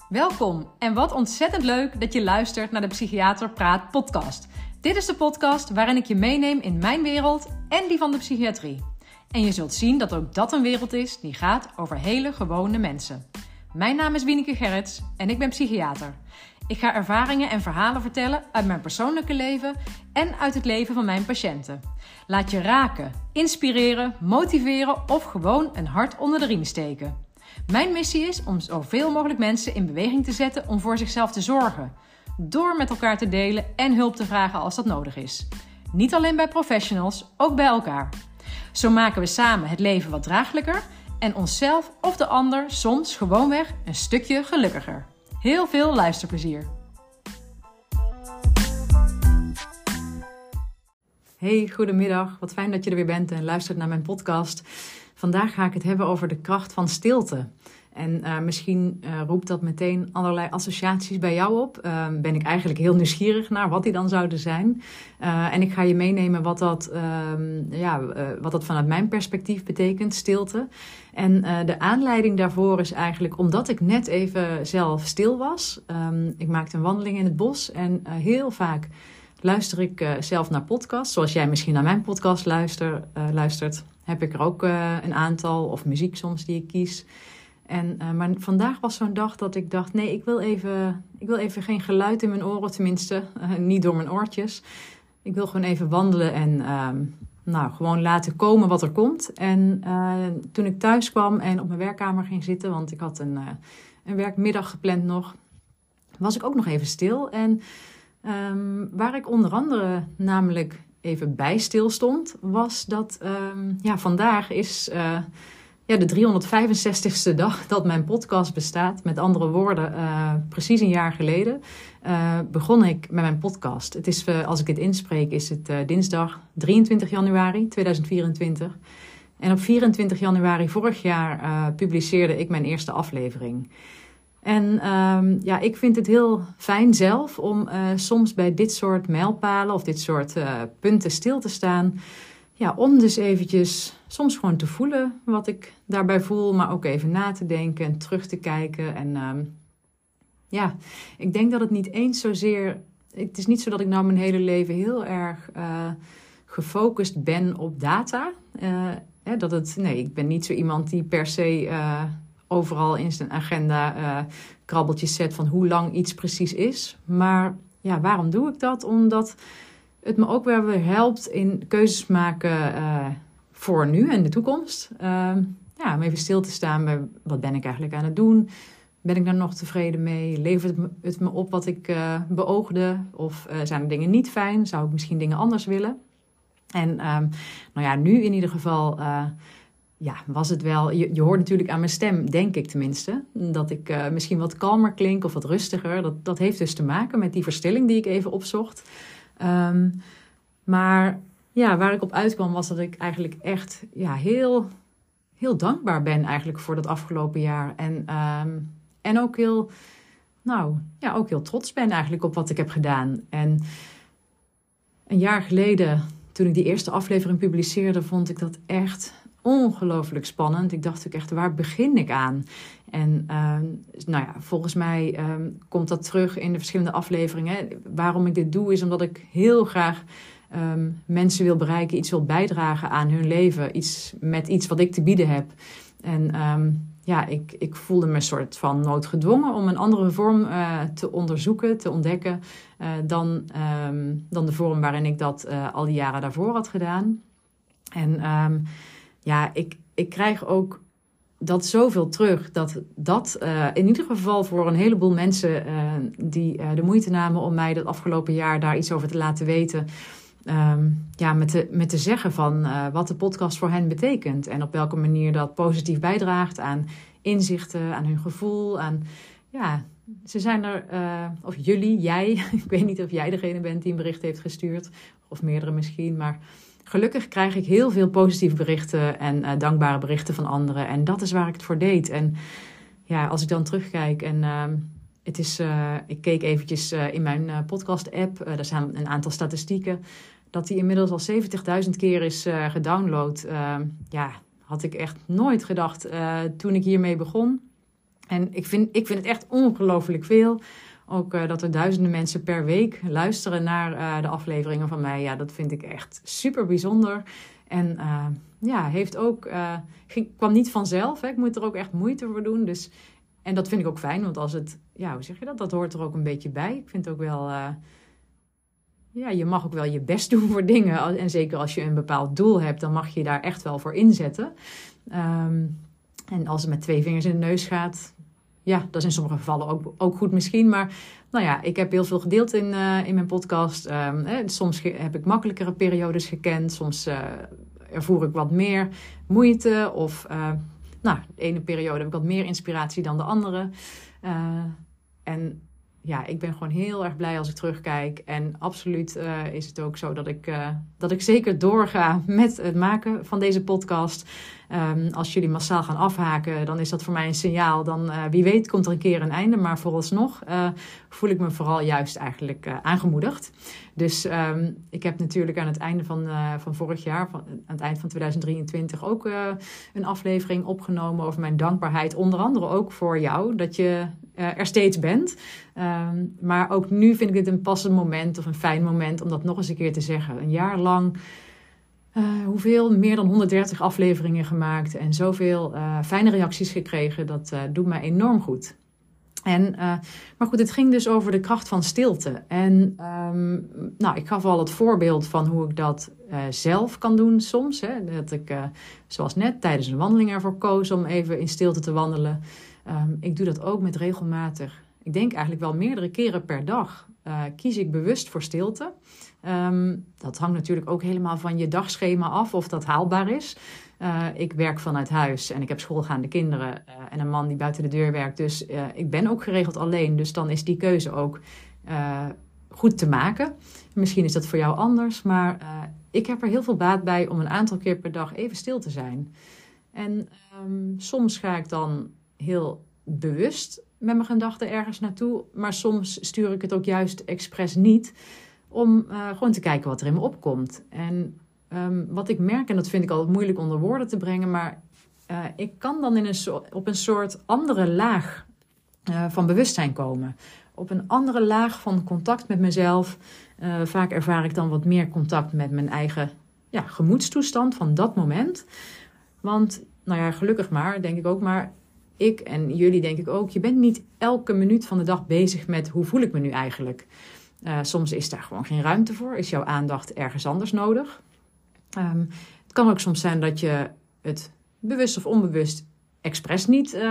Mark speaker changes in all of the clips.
Speaker 1: Welkom en wat ontzettend leuk dat je luistert naar de Psychiater Praat podcast. Dit is de podcast waarin ik je meeneem in mijn wereld en die van de psychiatrie. En je zult zien dat ook dat een wereld is die gaat over hele gewone mensen. Mijn naam is Wieneke Gerrits en ik ben psychiater. Ik ga ervaringen en verhalen vertellen uit mijn persoonlijke leven en uit het leven van mijn patiënten. Laat je raken, inspireren, motiveren of gewoon een hart onder de riem steken. Mijn missie is om zoveel mogelijk mensen in beweging te zetten om voor zichzelf te zorgen. Door met elkaar te delen en hulp te vragen als dat nodig is. Niet alleen bij professionals, ook bij elkaar. Zo maken we samen het leven wat draaglijker en onszelf of de ander soms gewoonweg een stukje gelukkiger. Heel veel luisterplezier. Hey, goedemiddag. Wat fijn dat je er weer bent en luistert naar mijn podcast. Vandaag ga ik het hebben over de kracht van stilte. En misschien roept dat meteen allerlei associaties bij jou op. Ben ik eigenlijk heel nieuwsgierig naar wat die dan zouden zijn. En ik ga je meenemen wat dat vanuit mijn perspectief betekent, stilte. En de aanleiding daarvoor is eigenlijk omdat ik net even zelf stil was. Ik maakte een wandeling in het bos en heel vaak luister ik zelf naar podcasts. Zoals jij misschien naar mijn podcast luistert, heb ik er ook een aantal of muziek soms die ik kies. Maar vandaag was zo'n dag dat ik dacht, nee, ik wil even geen geluid in mijn oren, tenminste, niet door mijn oortjes. Ik wil gewoon even wandelen en gewoon laten komen wat er komt. En toen ik thuis kwam en op mijn werkkamer ging zitten, want ik had een werkmiddag gepland nog, was ik ook nog even stil. En waar ik onder andere namelijk even bij stil stond, was dat vandaag is de 365ste dag dat mijn podcast bestaat. Met andere woorden, precies een jaar geleden begon ik met mijn podcast. Het is, als ik dit inspreek, is het dinsdag 23 januari 2024. En op 24 januari vorig jaar publiceerde ik mijn eerste aflevering. En ik vind het heel fijn zelf om soms bij dit soort mijlpalen of dit soort punten stil te staan. Ja, om dus eventjes soms gewoon te voelen wat ik daarbij voel, maar ook even na te denken en terug te kijken. En ik denk dat het niet eens zozeer. Het is niet zo dat ik nou mijn hele leven heel erg gefocust ben op data. Ik ben niet zo iemand die per se overal in zijn agenda krabbeltjes zet van hoe lang iets precies is. Maar ja, waarom doe ik dat? Omdat het me ook weer helpt in keuzes maken voor nu en de toekomst. Om even stil te staan bij wat ben ik eigenlijk aan het doen? Ben ik daar nog tevreden mee? Levert het me op wat ik beoogde? Of zijn er dingen niet fijn? Zou ik misschien dingen anders willen? En nu in ieder geval was het wel. Je hoort natuurlijk aan mijn stem, denk ik tenminste, dat ik misschien wat kalmer klink of wat rustiger. Dat heeft dus te maken met die verstilling die ik even opzocht. Maar waar ik op uitkwam was dat ik eigenlijk echt heel, heel dankbaar ben eigenlijk voor dat afgelopen jaar. En ook heel trots ben eigenlijk op wat ik heb gedaan. En een jaar geleden, toen ik die eerste aflevering publiceerde, vond ik dat echt ongelooflijk spannend. Ik dacht ook echt, waar begin ik aan? En volgens mij komt dat terug in de verschillende afleveringen. Waarom ik dit doe is omdat ik heel graag mensen wil bereiken, iets wil bijdragen aan hun leven. Iets wat ik te bieden heb. En ik voelde me een soort van noodgedwongen om een andere vorm te onderzoeken, te ontdekken, dan de vorm waarin ik dat al die jaren daarvoor had gedaan. En ik krijg ook dat zoveel terug, dat in ieder geval voor een heleboel mensen die de moeite namen om mij dat afgelopen jaar daar iets over te laten weten, met te zeggen van wat de podcast voor hen betekent en op welke manier dat positief bijdraagt aan inzichten, aan hun gevoel, ze zijn er, of jullie, jij, ik weet niet of jij degene bent die een bericht heeft gestuurd, of meerdere misschien, maar gelukkig krijg ik heel veel positieve berichten en dankbare berichten van anderen. En dat is waar ik het voor deed. En als ik dan terugkijk en ik keek eventjes in mijn podcast-app. Daar zijn een aantal statistieken. Dat die inmiddels al 70.000 keer is gedownload. Had ik echt nooit gedacht toen ik hiermee begon. En ik vind het echt ongelooflijk veel. Ook dat er duizenden mensen per week luisteren naar de afleveringen van mij. Ja, dat vind ik echt super bijzonder. En heeft ook, kwam niet vanzelf. Hè. Ik moet er ook echt moeite voor doen. Dus, en dat vind ik ook fijn, want als het, hoe zeg je dat? Dat hoort er ook een beetje bij. Ik vind ook wel, je mag ook wel je best doen voor dingen. En zeker als je een bepaald doel hebt, dan mag je daar echt wel voor inzetten. En als het met 2 vingers in de neus gaat, dat is in sommige gevallen ook goed misschien. Maar ik heb heel veel gedeeld in mijn podcast. Soms heb ik makkelijkere periodes gekend. Soms ervoer ik wat meer moeite. Of de ene periode heb ik wat meer inspiratie dan de andere. Ik ben gewoon heel erg blij als ik terugkijk. En absoluut is het ook zo dat ik zeker doorga met het maken van deze podcast. Als jullie massaal gaan afhaken, dan is dat voor mij een signaal. Dan wie weet komt er een keer een einde. Maar vooralsnog voel ik me vooral juist eigenlijk aangemoedigd. Dus ik heb natuurlijk aan het einde van vorig jaar, aan het eind van 2023, ook een aflevering opgenomen over mijn dankbaarheid. Onder andere ook voor jou, dat je er steeds bent. Maar ook nu vind ik dit een passend moment of een fijn moment om dat nog eens een keer te zeggen. Een jaar lang meer dan 130 afleveringen gemaakt en zoveel fijne reacties gekregen. Dat doet mij enorm goed. Maar goed, het ging dus over de kracht van stilte. En ik gaf al het voorbeeld van hoe ik dat zelf kan doen soms. Hè. Dat ik, zoals net, tijdens een wandeling ervoor koos om even in stilte te wandelen. Ik doe dat ook met regelmatig. Ik denk eigenlijk wel meerdere keren per dag kies ik bewust voor stilte. Dat hangt natuurlijk ook helemaal van je dagschema af of dat haalbaar is. Ik werk vanuit huis en ik heb schoolgaande kinderen en een man die buiten de deur werkt. Dus ik ben ook geregeld alleen. Dus dan is die keuze ook goed te maken. Misschien is dat voor jou anders, maar ik heb er heel veel baat bij om een aantal keer per dag even stil te zijn. En soms ga ik dan heel bewust met mijn gedachten ergens naartoe. Maar soms stuur ik het ook juist expres niet. Om gewoon te kijken wat er in me opkomt. En wat ik merk, en dat vind ik altijd moeilijk onder woorden te brengen. Maar ik kan dan op een soort andere laag van bewustzijn komen. Op een andere laag van contact met mezelf. Vaak ervaar ik dan wat meer contact met mijn eigen gemoedstoestand van dat moment. Want, gelukkig maar, denk ik ook maar. Ik en jullie denk ik ook, je bent niet elke minuut van de dag bezig met hoe voel ik me nu eigenlijk. Soms is daar gewoon geen ruimte voor, is jouw aandacht ergens anders nodig. Het kan ook soms zijn dat je het bewust of onbewust expres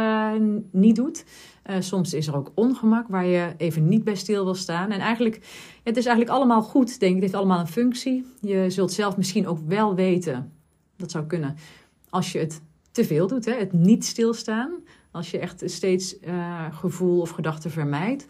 Speaker 1: niet doet. Soms is er ook ongemak waar je even niet bij stil wil staan. En eigenlijk, het is eigenlijk allemaal goed, denk ik. Het heeft allemaal een functie. Je zult zelf misschien ook wel weten, dat zou kunnen, als je het te veel doet, hè? Het niet stilstaan. Als je echt steeds gevoel of gedachten vermijdt.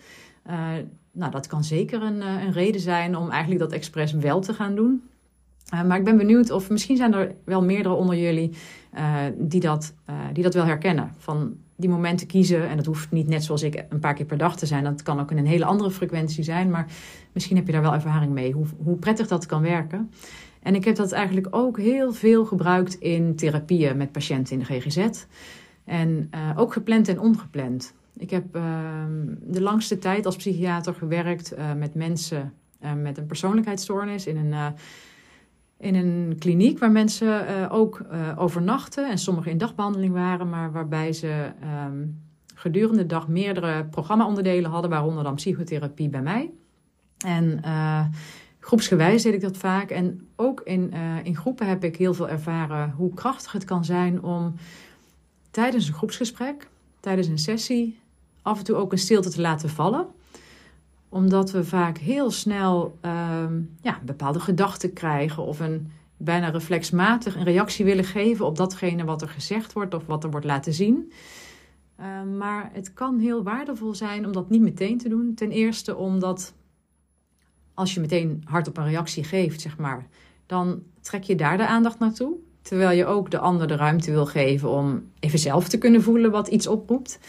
Speaker 1: Dat kan zeker een reden zijn om eigenlijk dat expres wel te gaan doen. Maar ik ben benieuwd of misschien zijn er wel meerdere onder jullie die dat wel herkennen. Van die momenten kiezen. En dat hoeft niet net zoals ik een paar keer per dag te zijn. Dat kan ook in een hele andere frequentie zijn. Maar misschien heb je daar wel ervaring mee. Hoe prettig dat kan werken. En ik heb dat eigenlijk ook heel veel gebruikt in therapieën met patiënten in de GGZ. En ook gepland en ongepland. Ik heb de langste tijd als psychiater gewerkt met mensen met een persoonlijkheidsstoornis in een kliniek waar mensen ook overnachten en sommigen in dagbehandeling waren, maar waarbij ze gedurende de dag meerdere programma-onderdelen hadden, waaronder dan psychotherapie bij mij. En groepsgewijs deed ik dat vaak. En ook in groepen heb ik heel veel ervaren hoe krachtig het kan zijn om tijdens een groepsgesprek, tijdens een sessie, af en toe ook een stilte te laten vallen. Omdat we vaak heel snel bepaalde gedachten krijgen of bijna reflexmatig een reactie willen geven op datgene wat er gezegd wordt of wat er wordt laten zien. Maar het kan heel waardevol zijn om dat niet meteen te doen. Ten eerste omdat als je meteen hardop een reactie geeft, zeg maar, dan trek je daar de aandacht naartoe. Terwijl je ook de ander de ruimte wil geven om even zelf te kunnen voelen wat iets oproept.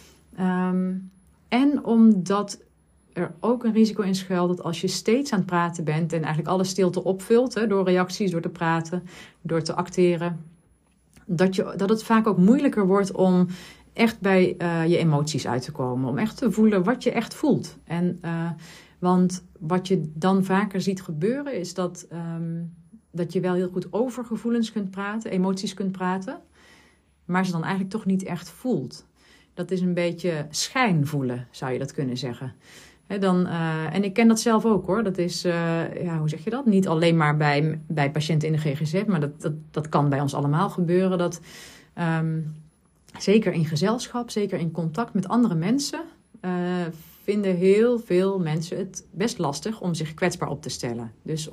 Speaker 1: En omdat er ook een risico in schuilt dat als je steeds aan het praten bent en eigenlijk alle stilte opvult, door reacties, door te praten, door te acteren, dat het vaak ook moeilijker wordt om echt bij je emoties uit te komen. Om echt te voelen wat je echt voelt. Want wat je dan vaker ziet gebeuren is dat je wel heel goed over gevoelens kunt praten, emoties kunt praten, maar ze dan eigenlijk toch niet echt voelt. Dat is een beetje schijnvoelen, zou je dat kunnen zeggen. En ik ken dat zelf ook hoor. Dat is, hoe zeg je dat? Niet alleen maar bij patiënten in de GGZ, maar dat kan bij ons allemaal gebeuren. Dat zeker in gezelschap, zeker in contact met andere mensen, vinden heel veel mensen het best lastig om zich kwetsbaar op te stellen. Dus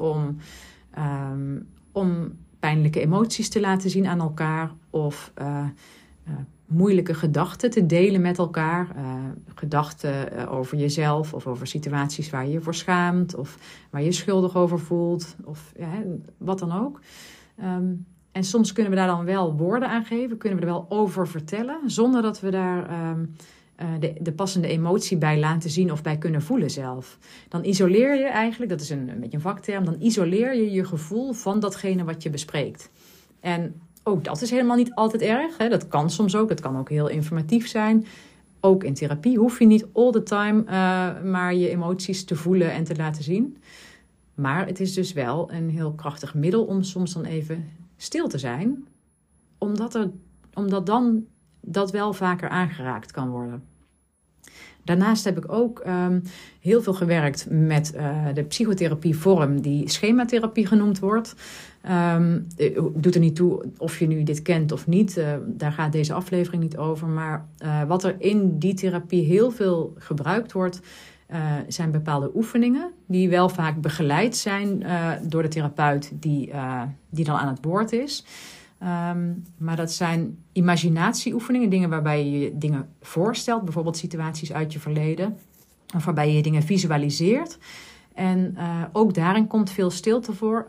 Speaker 1: om pijnlijke emoties te laten zien aan elkaar of moeilijke gedachten te delen met elkaar. Gedachten over jezelf of over situaties waar je je voor schaamt of waar je je schuldig over voelt of wat dan ook. En soms kunnen we daar dan wel woorden aan geven, kunnen we er wel over vertellen, zonder dat we daar de passende emotie bij laten zien of bij kunnen voelen zelf. Dan isoleer je eigenlijk, dat is een beetje een vakterm, dan isoleer je je gevoel van datgene wat je bespreekt. En ook dat is helemaal niet altijd erg. Hè? Dat kan soms ook, het kan ook heel informatief zijn. Ook in therapie hoef je niet all the time maar je emoties te voelen en te laten zien. Maar het is dus wel een heel krachtig middel om soms dan even stil te zijn. Omdat dan dat wel vaker aangeraakt kan worden. Daarnaast heb ik ook heel veel gewerkt met de psychotherapievorm die schematherapie genoemd wordt. Doet er niet toe of je nu dit kent of niet. Daar gaat deze aflevering niet over. Maar wat er in die therapie heel veel gebruikt wordt, zijn bepaalde oefeningen die wel vaak begeleid zijn door de therapeut die dan aan het woord is. Maar dat zijn imaginatieoefeningen, dingen waarbij je je dingen voorstelt, bijvoorbeeld situaties uit je verleden, of waarbij je dingen visualiseert. En ook daarin komt veel stilte voor.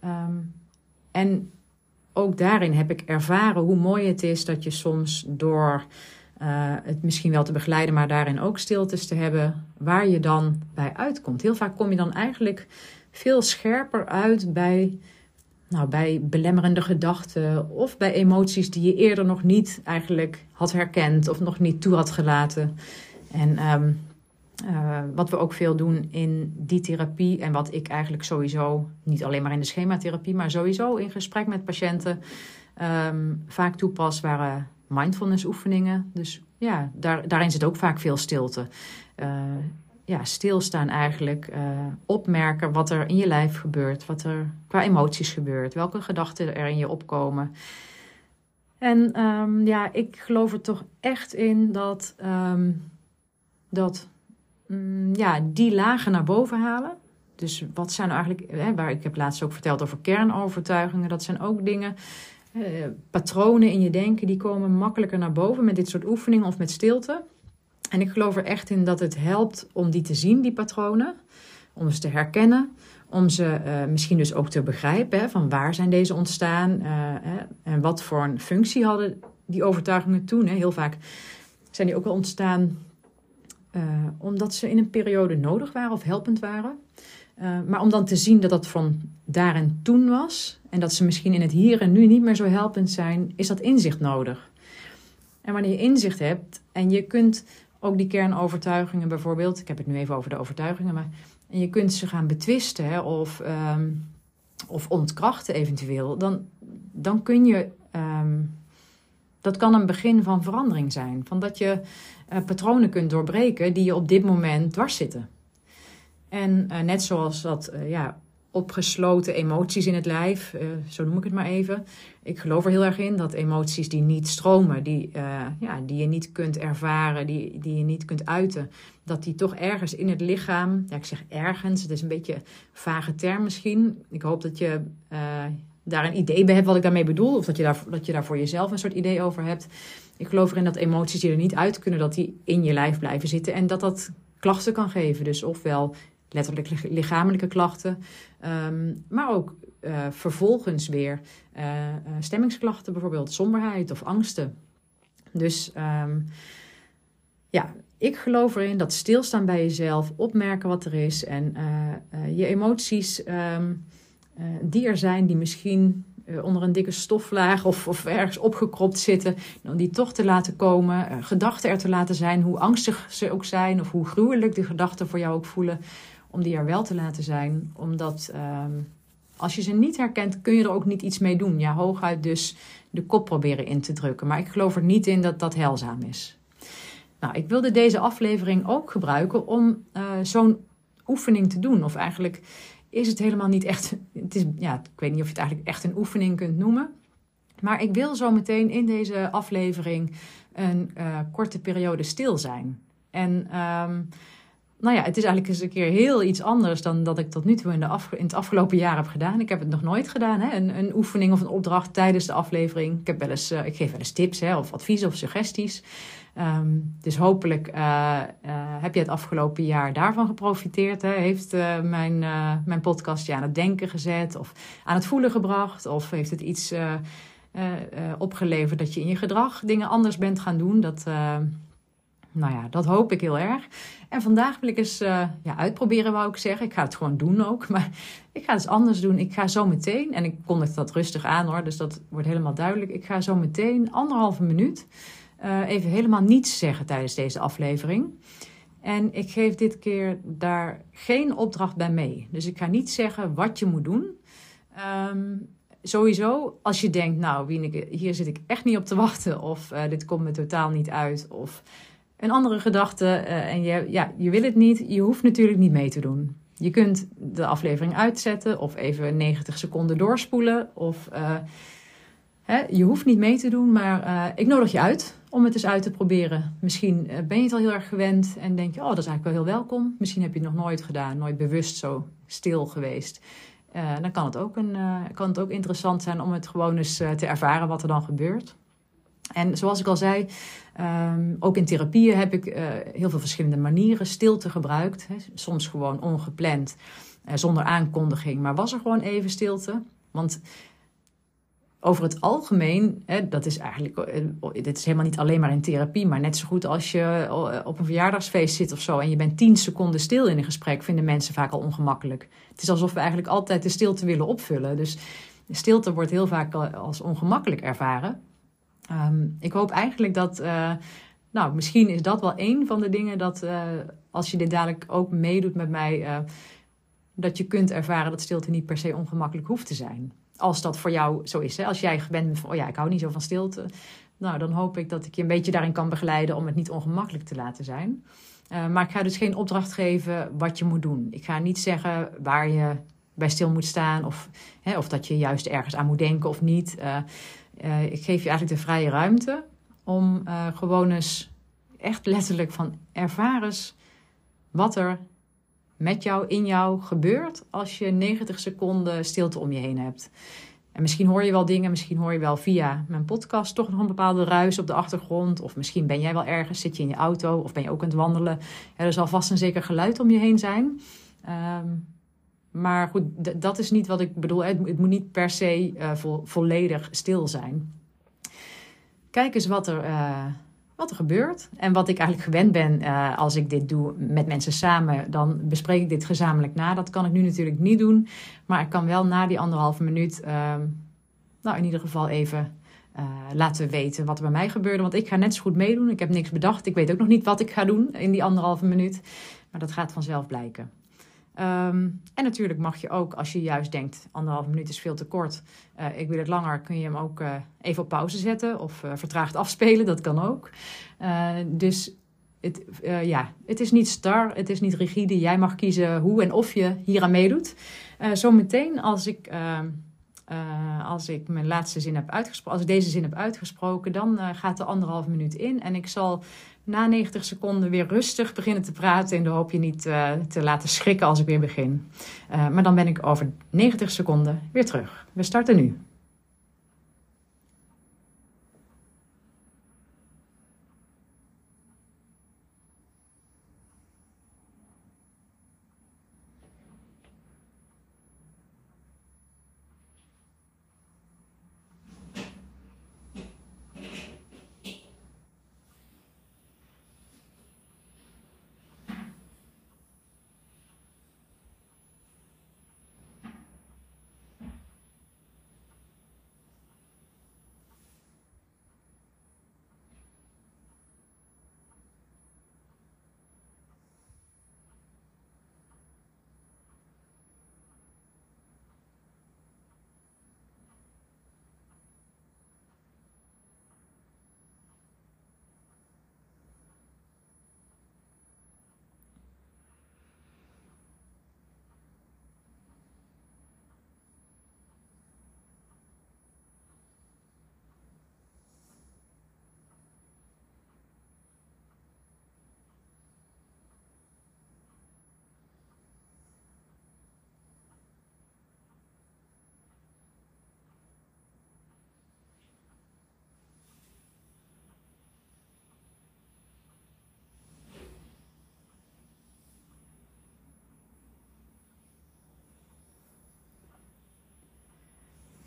Speaker 1: En ook daarin heb ik ervaren hoe mooi het is dat je soms door het misschien wel te begeleiden, maar daarin ook stiltes te hebben, waar je dan bij uitkomt. Heel vaak kom je dan eigenlijk veel scherper uit bij belemmerende gedachten of bij emoties die je eerder nog niet eigenlijk had herkend of nog niet toe had gelaten. En wat we ook veel doen in die therapie en wat ik eigenlijk sowieso, niet alleen maar in de schematherapie, maar sowieso in gesprek met patiënten vaak toepas, waren mindfulness oefeningen. Dus ja, daarin zit ook vaak veel stilte. Stilstaan eigenlijk, opmerken wat er in je lijf gebeurt, wat er qua emoties gebeurt, welke gedachten er in je opkomen. En ik geloof er toch echt in dat die lagen naar boven halen. Dus wat zijn nou eigenlijk, waar ik heb laatst ook verteld over kernovertuigingen, dat zijn ook dingen, patronen in je denken, die komen makkelijker naar boven met dit soort oefeningen of met stilte. En ik geloof er echt in dat het helpt om die te zien, die patronen. Om ze te herkennen. Om ze misschien dus ook te begrijpen. Van waar zijn deze ontstaan? En wat voor een functie hadden die overtuigingen toen. Heel vaak zijn die ook wel ontstaan omdat ze in een periode nodig waren of helpend waren. Maar om dan te zien dat dat van daar en toen was. En dat ze misschien in het hier en nu niet meer zo helpend zijn. Is dat inzicht nodig. En wanneer je inzicht hebt en je kunt ook die kernovertuigingen bijvoorbeeld, ik heb het nu even over de overtuigingen, maar en je kunt ze gaan betwisten of ontkrachten eventueel, dan kun je, dat kan een begin van verandering zijn. Van dat je patronen kunt doorbreken die je op dit moment dwars zitten. En net zoals dat opgesloten emoties in het lijf, zo noem ik het maar even. Ik geloof er heel erg in dat emoties die niet stromen, die je niet kunt ervaren, die je niet kunt uiten, dat die toch ergens in het lichaam, ik zeg ergens, het is een beetje een vage term misschien. Ik hoop dat je daar een idee bij hebt wat ik daarmee bedoel, of dat je daar voor jezelf een soort idee over hebt. Ik geloof erin dat emoties die er niet uit kunnen, dat die in je lijf blijven zitten en dat klachten kan geven. Dus ofwel letterlijk lichamelijke klachten, maar ook vervolgens weer stemmingsklachten, bijvoorbeeld somberheid of angsten. Dus ik geloof erin dat stilstaan bij jezelf, opmerken wat er is en je emoties die er zijn, die misschien onder een dikke stoflaag of ergens opgekropt zitten. Om die toch te laten komen. Gedachten er te laten zijn, hoe angstig ze ook zijn. Of hoe gruwelijk de gedachten voor jou ook voelen. Om die er wel te laten zijn. Omdat als je ze niet herkent, kun je er ook niet iets mee doen. Ja, hooguit dus de kop proberen in te drukken. Maar ik geloof er niet in dat dat heilzaam is. Nou, ik wilde deze aflevering ook gebruiken om zo'n oefening te doen. Of eigenlijk is het helemaal niet echt... ik weet niet of je het eigenlijk echt een oefening kunt noemen. Maar ik wil zo meteen in deze aflevering een korte periode stil zijn. En het is eigenlijk eens een keer heel iets anders dan dat ik tot nu toe in het afgelopen jaar heb gedaan. Ik heb het nog nooit gedaan, hè? Een oefening of een opdracht tijdens de aflevering. Ik geef wel eens tips, hè, of adviezen of suggesties. Dus hopelijk heb je het afgelopen jaar daarvan geprofiteerd. Hè? Heeft mijn podcast je aan het denken gezet of aan het voelen gebracht? Of heeft het iets opgeleverd dat je in je gedrag dingen anders bent gaan doen? Dat hoop ik heel erg. En vandaag wil ik eens uitproberen, wou ik zeggen. Ik ga het gewoon doen ook, maar ik ga het eens anders doen. Ik ga zo meteen, en ik kondig dat rustig aan hoor, dus dat wordt helemaal duidelijk. Ik ga zo meteen 1,5 minuut even helemaal niets zeggen tijdens deze aflevering. En ik geef dit keer daar geen opdracht bij mee. Dus ik ga niet zeggen wat je moet doen. Sowieso, als je denkt, nou Wieneke, hier zit ik echt niet op te wachten. Of dit komt me totaal niet uit. Of een andere gedachte en je wil het niet. Je hoeft natuurlijk niet mee te doen. Je kunt de aflevering uitzetten of even 90 seconden doorspoelen. Of je hoeft niet mee te doen, maar ik nodig je uit om het eens uit te proberen. Misschien ben je het al heel erg gewend en denk je, dat is eigenlijk wel heel welkom. Misschien heb je het nog nooit gedaan, nooit bewust zo stil geweest. Dan kan het ook interessant zijn om het gewoon eens te ervaren wat er dan gebeurt. En zoals ik al zei, ook in therapieën heb ik heel veel verschillende manieren stilte gebruikt. Hè. Soms gewoon ongepland, zonder aankondiging, maar was er gewoon even stilte. Want over het algemeen, dat is eigenlijk, dit is helemaal niet alleen maar in therapie, maar net zo goed als je op een verjaardagsfeest zit of zo en je bent 10 seconden stil in een gesprek, vinden mensen vaak al ongemakkelijk. Het is alsof we eigenlijk altijd de stilte willen opvullen. Dus de stilte wordt heel vaak als ongemakkelijk ervaren. Ik hoop eigenlijk dat, misschien is dat wel een van de dingen dat als je dit dadelijk ook meedoet met mij, dat je kunt ervaren dat stilte niet per se ongemakkelijk hoeft te zijn. Als dat voor jou zo is. Hè? Als jij gewend bent van, ik hou niet zo van stilte. Nou, dan hoop ik dat ik je een beetje daarin kan begeleiden om het niet ongemakkelijk te laten zijn. Maar ik ga dus geen opdracht geven wat je moet doen. Ik ga niet zeggen waar je bij stil moet staan of dat je juist ergens aan moet denken of niet. Ik geef je eigenlijk de vrije ruimte om gewoon eens echt letterlijk van ervaren eens wat er met jou, in jou gebeurt als je 90 seconden stilte om je heen hebt. En misschien hoor je wel dingen, misschien hoor je wel via mijn podcast toch nog een bepaalde ruis op de achtergrond. Of misschien ben jij wel ergens, zit je in je auto of ben je ook aan het wandelen. Er zal vast een zeker geluid om je heen zijn. Maar goed, dat is niet wat ik bedoel. Het moet niet per se volledig stil zijn. Kijk eens wat er gebeurt. En wat ik eigenlijk gewend ben als ik dit doe met mensen samen, dan bespreek ik dit gezamenlijk na. Dat kan ik nu natuurlijk niet doen. Maar ik kan wel na die 1,5 minuut in ieder geval even laten weten wat er bij mij gebeurde. Want ik ga net zo goed meedoen. Ik heb niks bedacht. Ik weet ook nog niet wat ik ga doen in die 1,5 minuut. Maar dat gaat vanzelf blijken. En natuurlijk mag je ook, als je juist denkt, 1,5 minuut is veel te kort. Ik wil het langer, kun je hem ook even op pauze zetten of vertraagd afspelen. Dat kan ook. Dus het is niet star, het is niet rigide. Jij mag kiezen hoe en of je hier aan meedoet. Zometeen als ik mijn laatste zin heb uitgesproken, als ik deze zin heb uitgesproken, dan gaat de 1,5 minuut in. En ik zal na 90 seconden weer rustig beginnen te praten in de hoop je niet te laten schrikken als ik weer begin. Maar dan ben ik over 90 seconden weer terug. We starten nu.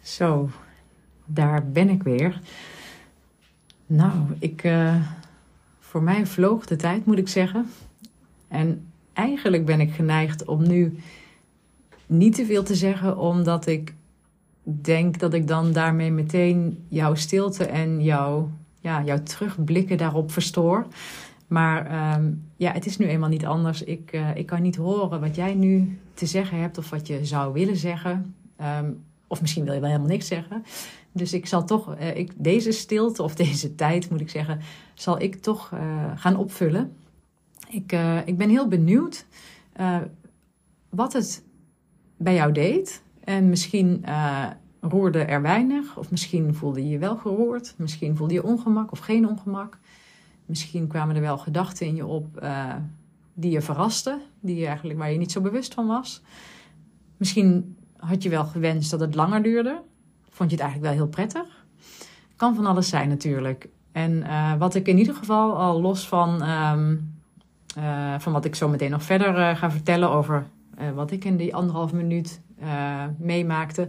Speaker 1: Zo, daar ben ik weer. Nou, voor mij vloog de tijd, moet ik zeggen. En eigenlijk ben ik geneigd om nu niet te veel te zeggen, omdat ik denk dat ik dan daarmee meteen jouw stilte en jouw terugblikken daarop verstoor. Maar het is nu eenmaal niet anders. Ik kan niet horen wat jij nu te zeggen hebt of wat je zou willen zeggen. Of misschien wil je wel helemaal niks zeggen. Dus ik zal toch deze stilte of deze tijd, moet ik zeggen, zal ik toch gaan opvullen. Ik ben heel benieuwd wat het bij jou deed. En misschien roerde er weinig. Of misschien voelde je je wel geroerd. Misschien voelde je ongemak of geen ongemak. Misschien kwamen er wel gedachten in je op die je verrasten. Waar je niet zo bewust van was. Misschien had je wel gewenst dat het langer duurde. Vond je het eigenlijk wel heel prettig. Kan van alles zijn natuurlijk. En wat ik in ieder geval al los van wat ik zo meteen nog verder ga vertellen over wat ik in die 1,5 minuut meemaakte.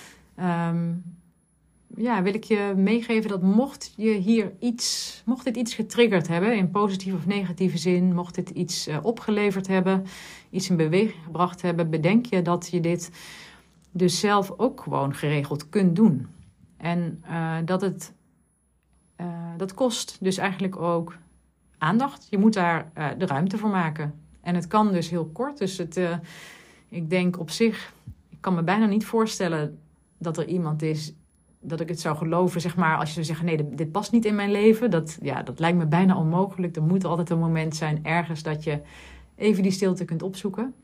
Speaker 1: Wil ik je meegeven dat mocht dit iets getriggerd hebben, in positieve of negatieve zin, mocht dit iets opgeleverd hebben, iets in beweging gebracht hebben, bedenk je dat je dit dus zelf ook gewoon geregeld kunt doen. En dat kost dus eigenlijk ook aandacht. Je moet daar de ruimte voor maken. En het kan dus heel kort. Dus ik denk op zich, ik kan me bijna niet voorstellen dat er iemand is dat ik het zou geloven, zeg maar, als je zou zeggen, nee, dit past niet in mijn leven. Dat lijkt me bijna onmogelijk. Er moet altijd een moment zijn ergens dat je even die stilte kunt opzoeken.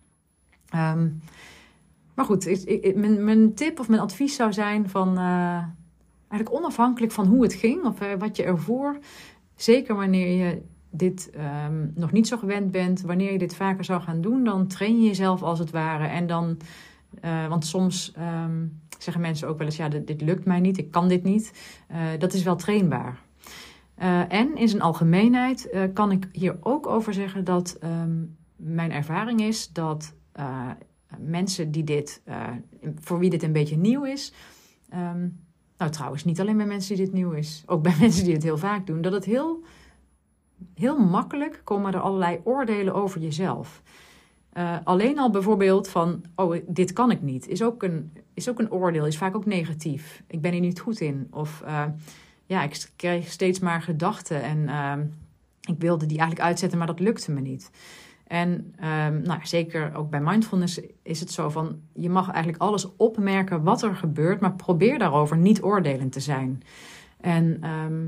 Speaker 1: Maar goed, mijn tip of mijn advies zou zijn van eigenlijk onafhankelijk van hoe het ging of wat je ervoor, zeker wanneer je dit nog niet zo gewend bent, wanneer je dit vaker zou gaan doen, dan train je jezelf als het ware. En dan, want soms zeggen mensen ook wel eens, dit lukt mij niet, ik kan dit niet. Dat is wel trainbaar. En in zijn algemeenheid kan ik hier ook over zeggen dat mijn ervaring is dat mensen die voor wie dit een beetje nieuw is, trouwens niet alleen bij mensen die dit nieuw is, ook bij mensen die het heel vaak doen, dat het heel, heel makkelijk komen er allerlei oordelen over jezelf. Alleen al bijvoorbeeld van, dit kan ik niet, is ook een oordeel, is vaak ook negatief. Ik ben hier niet goed in. Of ik kreeg steeds maar gedachten en ik wilde die eigenlijk uitzetten, maar dat lukte me niet. En zeker ook bij mindfulness is het zo van, je mag eigenlijk alles opmerken wat er gebeurt, maar probeer daarover niet oordelend te zijn. En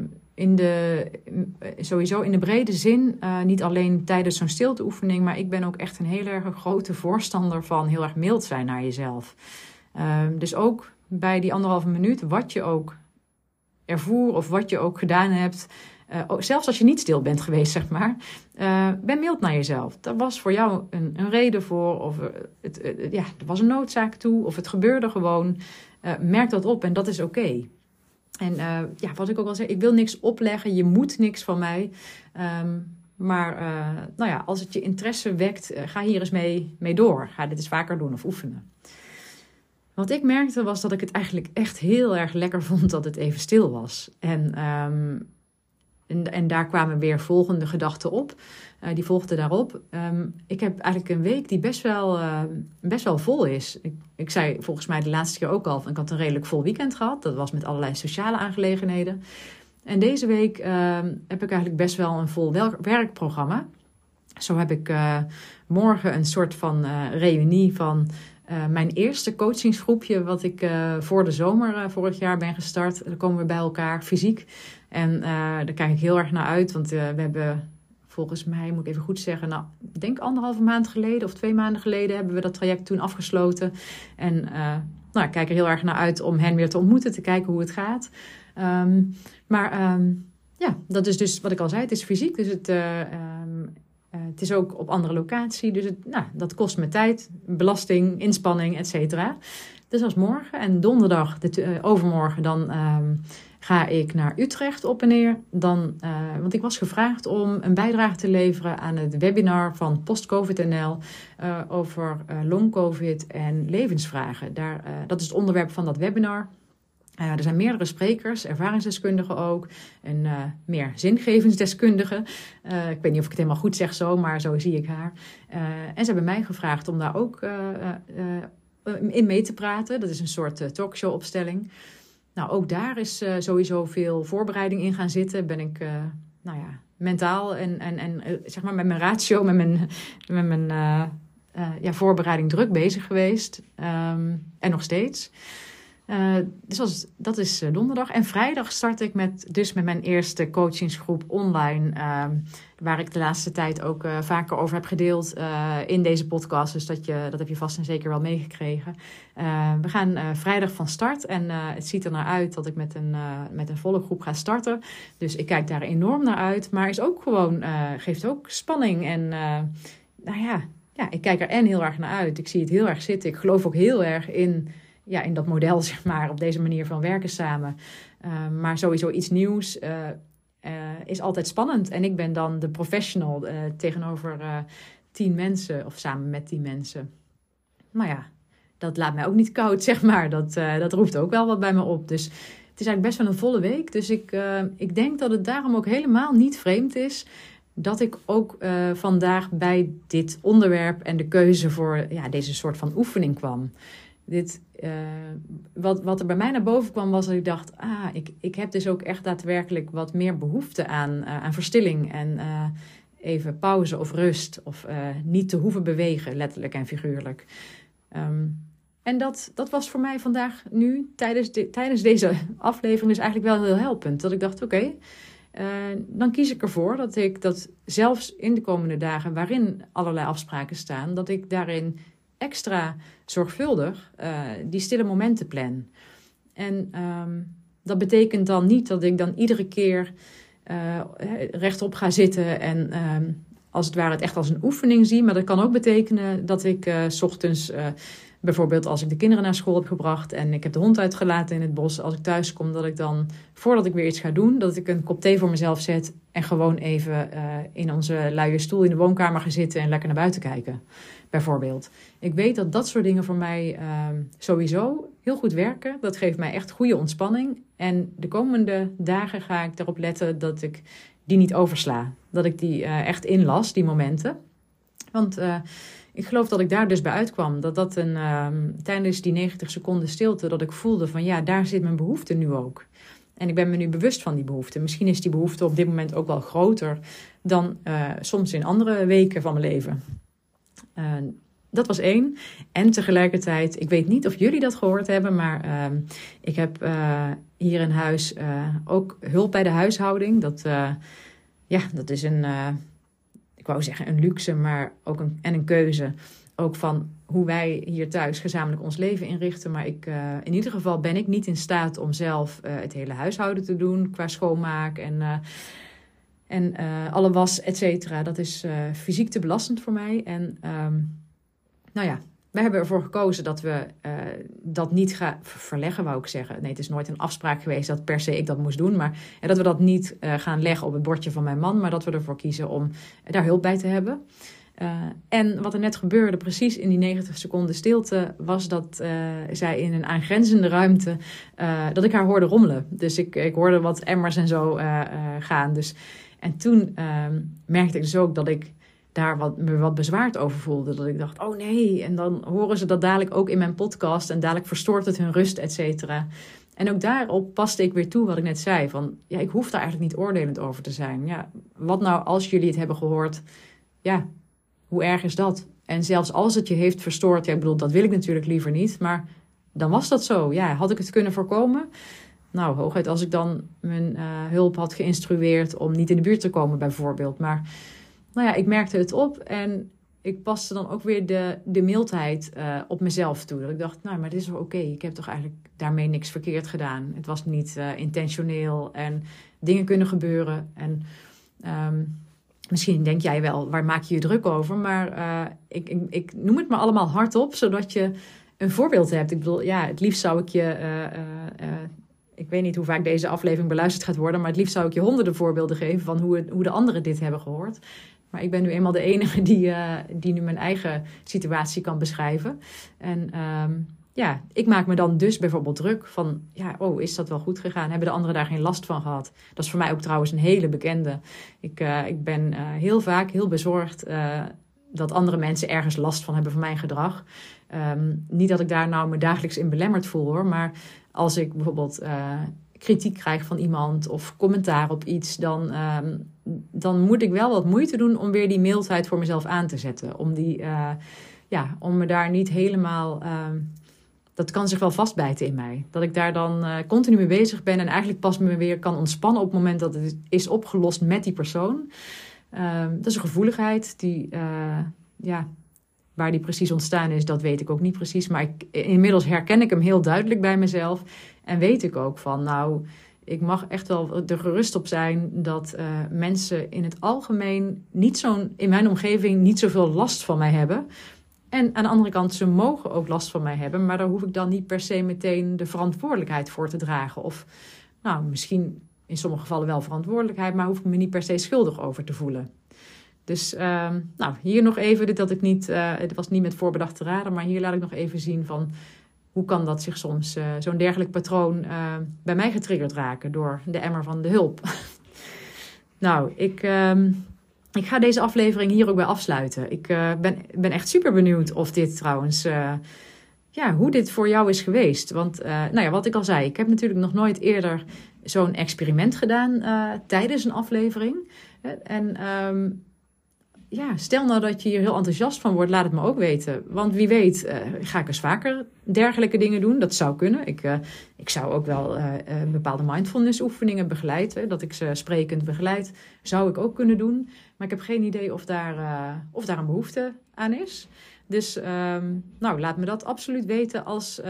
Speaker 1: sowieso in de brede zin, niet alleen tijdens zo'n stilteoefening, maar ik ben ook echt een heel erg grote voorstander van heel erg mild zijn naar jezelf. Dus ook bij die 1,5 minuut, wat je ook ervoer of wat je ook gedaan hebt, zelfs als je niet stil bent geweest, zeg maar, ben mild naar jezelf. Daar was voor jou een reden voor, of er was een noodzaak toe, of het gebeurde gewoon. Merk dat op en dat is oké. En wat ik ook al zei, ik wil niks opleggen, je moet niks van mij. Als het je interesse wekt, ga hier eens mee door. Ga dit eens vaker doen of oefenen. Wat ik merkte was dat ik het eigenlijk echt heel erg lekker vond dat het even stil was. En daar kwamen weer volgende gedachten op. Die volgden daarop. Ik heb eigenlijk een week die best wel vol is. Ik zei volgens mij de laatste keer ook al, ik had een redelijk vol weekend gehad. Dat was met allerlei sociale aangelegenheden. En deze week heb ik eigenlijk best wel een vol werkprogramma. Zo heb ik morgen een soort van reunie van mijn eerste coachingsgroepje, wat ik voor de zomer vorig jaar ben gestart. Daar komen we bij elkaar, fysiek. En daar kijk ik heel erg naar uit, want we hebben volgens mij, moet ik even goed zeggen, ik denk 1,5 maand geleden of 2 maanden geleden hebben we dat traject toen afgesloten. En ik kijk er heel erg naar uit om hen weer te ontmoeten, te kijken hoe het gaat. Dat is dus wat ik al zei, het is fysiek, dus het is ook op andere locatie, dus dat kost me tijd, belasting, inspanning, et cetera. Dus dat is morgen. En donderdag, overmorgen, dan ga ik naar Utrecht op en neer. Want ik was gevraagd om een bijdrage te leveren aan het webinar van Post-Covid NL over long-covid en levensvragen. Dat is het onderwerp van dat webinar. Er zijn meerdere sprekers, ervaringsdeskundigen ook. En meer zingevingsdeskundigen. Ik weet niet of ik het helemaal goed zeg zo, maar zo zie ik haar. En ze hebben mij gevraagd om daar ook in mee te praten. Dat is een soort talkshow-opstelling. Nou, ook daar is sowieso veel voorbereiding in gaan zitten. Ben ik mentaal en zeg maar met mijn ratio, met mijn voorbereiding druk bezig geweest. En nog steeds. Dus dat is donderdag. En vrijdag start ik met mijn eerste coachingsgroep online. Waar ik de laatste tijd ook vaker over heb gedeeld in deze podcast. Dus dat heb je vast en zeker wel meegekregen. We gaan vrijdag van start. En het ziet er naar uit dat ik met een volle groep ga starten. Dus ik kijk daar enorm naar uit. Maar is ook gewoon, geeft ook spanning. En ik kijk er heel erg naar uit. Ik zie het heel erg zitten. Ik geloof ook heel erg in dat model, zeg maar, op deze manier van werken samen. Maar sowieso iets nieuws is altijd spannend. En ik ben dan de professional tegenover 10 mensen of samen met 10 mensen. Maar ja, dat laat mij ook niet koud, zeg maar. Dat roept ook wel wat bij me op. Dus het is eigenlijk best wel een volle week. Dus ik denk dat het daarom ook helemaal niet vreemd is dat ik ook vandaag bij dit onderwerp en de keuze voor deze soort van oefening kwam. Wat er bij mij naar boven kwam was dat ik dacht, ik heb dus ook echt daadwerkelijk wat meer behoefte aan verstilling en even pauze of rust of niet te hoeven bewegen, letterlijk en figuurlijk. En dat was voor mij vandaag nu tijdens deze aflevering dus eigenlijk wel heel helpend. Dat ik dacht, oké, dan kies ik ervoor dat ik dat zelfs in de komende dagen waarin allerlei afspraken staan, dat ik daarin extra zorgvuldig die stille momenten plan. En dat betekent dan niet dat ik dan iedere keer rechtop ga zitten en als het ware het echt als een oefening zie. Maar dat kan ook betekenen dat ik 's ochtends, bijvoorbeeld als ik de kinderen naar school heb gebracht en ik heb de hond uitgelaten in het bos, als ik thuis kom, dat ik dan, voordat ik weer iets ga doen, dat ik een kop thee voor mezelf zet en gewoon even in onze luie stoel in de woonkamer ga zitten en lekker naar buiten kijken. Bijvoorbeeld. Ik weet dat soort dingen voor mij sowieso heel goed werken. Dat geeft mij echt goede ontspanning. En de komende dagen ga ik erop letten dat ik die niet oversla. Dat ik die echt inlas, die momenten. Want ik geloof dat ik daar dus bij uitkwam. Dat tijdens die 90 seconden stilte, dat ik voelde van daar zit mijn behoefte nu ook. En ik ben me nu bewust van die behoefte. Misschien is die behoefte op dit moment ook wel groter dan soms in andere weken van mijn leven. Dat was 1. En tegelijkertijd, ik weet niet of jullie dat gehoord hebben, maar ik heb hier in huis ook hulp bij de huishouding. Dat is ik wou zeggen een luxe, maar ook een keuze. Ook van hoe wij hier thuis gezamenlijk ons leven inrichten. Maar in ieder geval ben ik niet in staat om zelf het hele huishouden te doen qua schoonmaak en alle was, et cetera. Dat is fysiek te belastend voor mij. En we hebben ervoor gekozen dat we dat niet gaan verleggen, wou ik zeggen. Nee, het is nooit een afspraak geweest dat per se ik dat moest doen. Maar dat we dat niet gaan leggen op het bordje van mijn man. Maar dat we ervoor kiezen om daar hulp bij te hebben. En wat er net gebeurde, precies in die 90 seconden stilte, was dat zij in een aangrenzende ruimte, dat ik haar hoorde rommelen. Dus ik hoorde wat emmers en zo gaan. En toen merkte ik dus ook dat ik daar me wat bezwaard over voelde. Dat ik dacht, oh nee, en dan horen ze dat dadelijk ook in mijn podcast en dadelijk verstoort het hun rust, et cetera. En ook daarop paste ik weer toe wat ik net zei. Van, ik hoef daar eigenlijk niet oordelend over te zijn. Ja, wat nou als jullie het hebben gehoord? Ja, hoe erg is dat? En zelfs als het je heeft verstoord, ik bedoel, dat wil ik natuurlijk liever niet, maar dan was dat zo. Ja, had ik het kunnen voorkomen? Nou, hooguit als ik dan mijn hulp had geïnstrueerd om niet in de buurt te komen bijvoorbeeld. Maar ik merkte het op en ik paste dan ook weer de mildheid op mezelf toe. Dat ik dacht, maar dit is wel oké. Ik heb toch eigenlijk daarmee niks verkeerd gedaan. Het was niet intentioneel en dingen kunnen gebeuren. En misschien denk jij wel, waar maak je je druk over? Maar ik noem het maar allemaal hardop, zodat je een voorbeeld hebt. Ik bedoel, het liefst zou ik je ik weet niet hoe vaak deze aflevering beluisterd gaat worden, maar het liefst zou ik je honderden voorbeelden geven van hoe de anderen dit hebben gehoord. Maar ik ben nu eenmaal de enige die nu mijn eigen situatie kan beschrijven. En ik maak me dan dus bijvoorbeeld druk van, is dat wel goed gegaan? Hebben de anderen daar geen last van gehad? Dat is voor mij ook trouwens een hele bekende. Ik ben heel vaak heel bezorgd dat andere mensen ergens last van hebben van mijn gedrag. Niet dat ik daar nou me dagelijks in belemmerd voel hoor, maar als ik bijvoorbeeld kritiek krijg van iemand of commentaar op iets, dan moet ik wel wat moeite doen om weer die mildheid voor mezelf aan te zetten. Om me daar niet helemaal... dat kan zich wel vastbijten in mij. Dat ik daar dan continu mee bezig ben en eigenlijk pas me weer kan ontspannen op het moment dat het is opgelost met die persoon. Dat is een gevoeligheid die, waar die precies ontstaan is, dat weet ik ook niet precies. Maar inmiddels herken ik hem heel duidelijk bij mezelf. En weet ik ook van, ik mag echt wel er gerust op zijn dat mensen in het algemeen in mijn omgeving niet zoveel last van mij hebben. En aan de andere kant, ze mogen ook last van mij hebben, maar daar hoef ik dan niet per se meteen de verantwoordelijkheid voor te dragen. Of misschien in sommige gevallen wel verantwoordelijkheid, maar hoef ik me niet per se schuldig over te voelen. Dus hier nog even, het was niet met voorbedachte raden, maar hier laat ik nog even zien van hoe kan dat zich soms, zo'n dergelijk patroon bij mij getriggerd raken door de emmer van de hulp. Ik ga deze aflevering hier ook bij afsluiten. Ik ben echt super benieuwd of dit trouwens, hoe dit voor jou is geweest. Want wat ik al zei, ik heb natuurlijk nog nooit eerder zo'n experiment gedaan tijdens een aflevering. En stel nou dat je hier heel enthousiast van wordt, laat het me ook weten. Want wie weet ga ik eens vaker dergelijke dingen doen. Dat zou kunnen. Ik zou ook wel bepaalde mindfulness oefeningen begeleiden. Dat ik ze sprekend begeleid, zou ik ook kunnen doen. Maar ik heb geen idee of daar een behoefte aan is. Dus laat me dat absoluut weten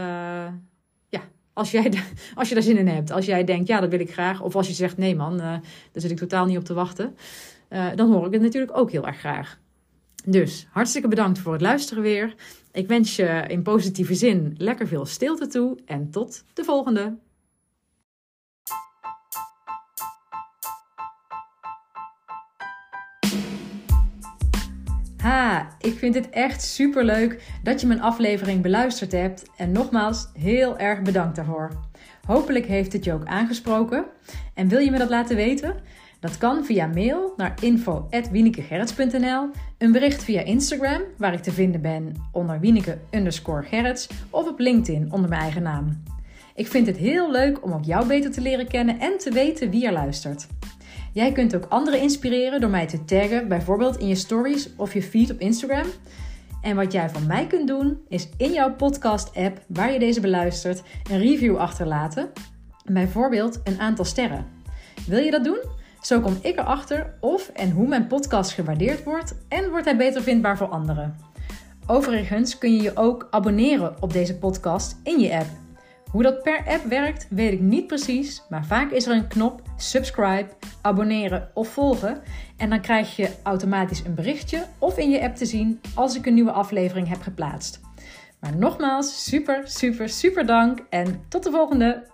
Speaker 1: als je daar zin in hebt. Als jij denkt, dat wil ik graag. Of als je zegt, nee man, daar zit ik totaal niet op te wachten. Dan hoor ik het natuurlijk ook heel erg graag. Dus hartstikke bedankt voor het luisteren weer. Ik wens je in positieve zin lekker veel stilte toe. En tot de volgende. Ik vind het echt superleuk dat je mijn aflevering beluisterd hebt. En nogmaals, heel erg bedankt daarvoor. Hopelijk heeft het je ook aangesproken. En wil je me dat laten weten? Dat kan via mail naar info@wienekegerrits.nl, een bericht via Instagram, waar ik te vinden ben onder Wieneke_Gerrits, of op LinkedIn onder mijn eigen naam. Ik vind het heel leuk om ook jou beter te leren kennen en te weten wie er luistert. Jij kunt ook anderen inspireren door mij te taggen, bijvoorbeeld in je stories of je feed op Instagram. En wat jij van mij kunt doen, is in jouw podcast-app waar je deze beluistert, een review achterlaten. Bijvoorbeeld een aantal sterren. Wil je dat doen? Zo kom ik erachter of en hoe mijn podcast gewaardeerd wordt en wordt hij beter vindbaar voor anderen. Overigens kun je je ook abonneren op deze podcast in je app. Hoe dat per app werkt, weet ik niet precies, maar vaak is er een knop subscribe, abonneren of volgen en dan krijg je automatisch een berichtje of in je app te zien als ik een nieuwe aflevering heb geplaatst. Maar nogmaals, super dank en tot de volgende!